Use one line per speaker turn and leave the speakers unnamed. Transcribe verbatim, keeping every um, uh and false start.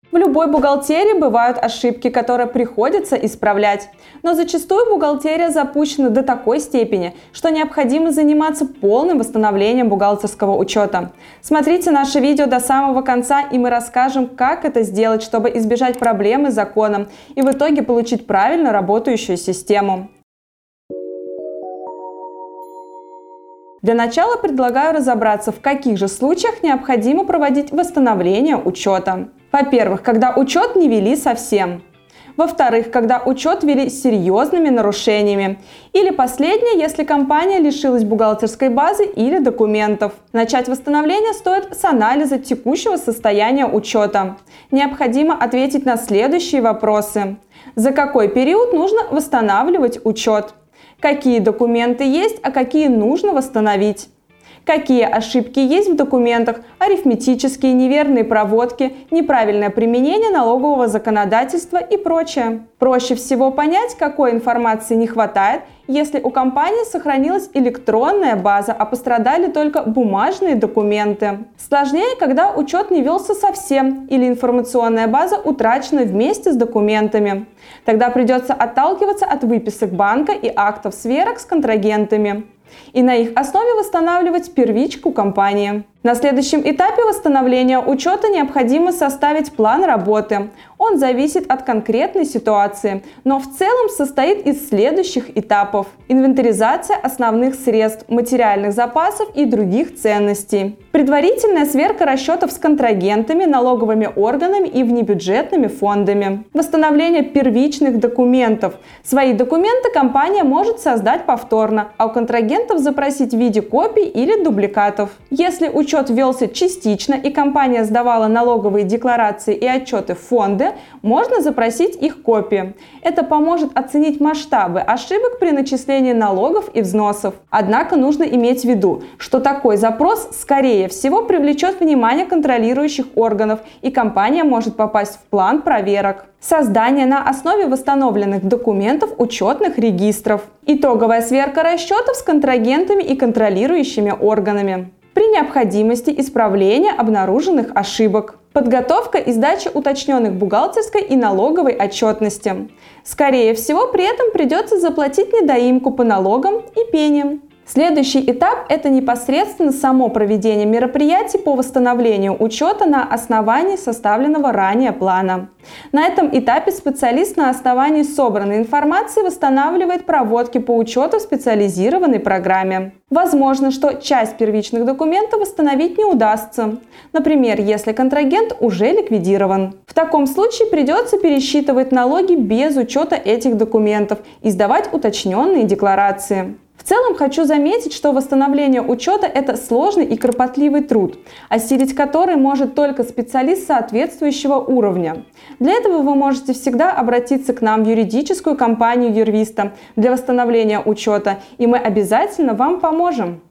В любой бухгалтерии бывают ошибки, которые приходится исправлять. Но зачастую бухгалтерия запущена до такой степени, что необходимо заниматься полным восстановлением бухгалтерского учета. Смотрите наше видео до самого конца, и мы расскажем, как это сделать, чтобы избежать проблемы с законом и в итоге получить правильно работающую систему. Для начала предлагаю разобраться, в каких же случаях необходимо проводить восстановление учета. Во-первых, когда учет не вели совсем. Во-вторых, когда учет вели с серьезными нарушениями. Или последнее, если компания лишилась бухгалтерской базы или документов. Начать восстановление стоит с анализа текущего состояния учета. Необходимо ответить на следующие вопросы. За какой период нужно восстанавливать учет? Какие документы есть, а какие нужно восстановить? Какие ошибки есть в документах, арифметические, неверные проводки, неправильное применение налогового законодательства и прочее. Проще всего понять, какой информации не хватает, если у компании сохранилась электронная база, а пострадали только бумажные документы. Сложнее, когда учет не велся совсем или информационная база утрачена вместе с документами. Тогда придется отталкиваться от выписок банка и актов сверок с контрагентами и на их основе восстанавливать первичку компании. На следующем этапе восстановления учета необходимо составить план работы. Он зависит от конкретной ситуации, но в целом состоит из следующих этапов: инвентаризация основных средств, материальных запасов и других ценностей, предварительная сверка расчетов с контрагентами, налоговыми органами и внебюджетными фондами, восстановление первичных документов. Свои документы компания может создать повторно, а у контрагентов запросить в виде копий или дубликатов. Если учет Учет велся частично и компания сдавала налоговые декларации и отчеты в фонды, можно запросить их копии. Это поможет оценить масштабы ошибок при начислении налогов и взносов. Однако нужно иметь в виду, что такой запрос, скорее всего, привлечет внимание контролирующих органов, и компания может попасть в план проверок. Создание на основе восстановленных документов учетных регистров. Итоговая сверка расчетов с контрагентами и контролирующими органами. При необходимости исправления обнаруженных ошибок. Подготовка и сдача уточненных бухгалтерской и налоговой отчетности. Скорее всего, при этом придется заплатить недоимку по налогам и пеням. Следующий этап – это непосредственно само проведение мероприятий по восстановлению учета на основании составленного ранее плана. На этом этапе специалист на основании собранной информации восстанавливает проводки по учету в специализированной программе. Возможно, что часть первичных документов восстановить не удастся. Например, если контрагент уже ликвидирован. В таком случае придется пересчитывать налоги без учета этих документов и сдавать уточненные декларации. В целом хочу заметить, что восстановление учета – это сложный и кропотливый труд, осилить который может только специалист соответствующего уровня. Для этого вы можете всегда обратиться к нам в юридическую компанию Юрвиста для восстановления учета, и мы обязательно вам поможем.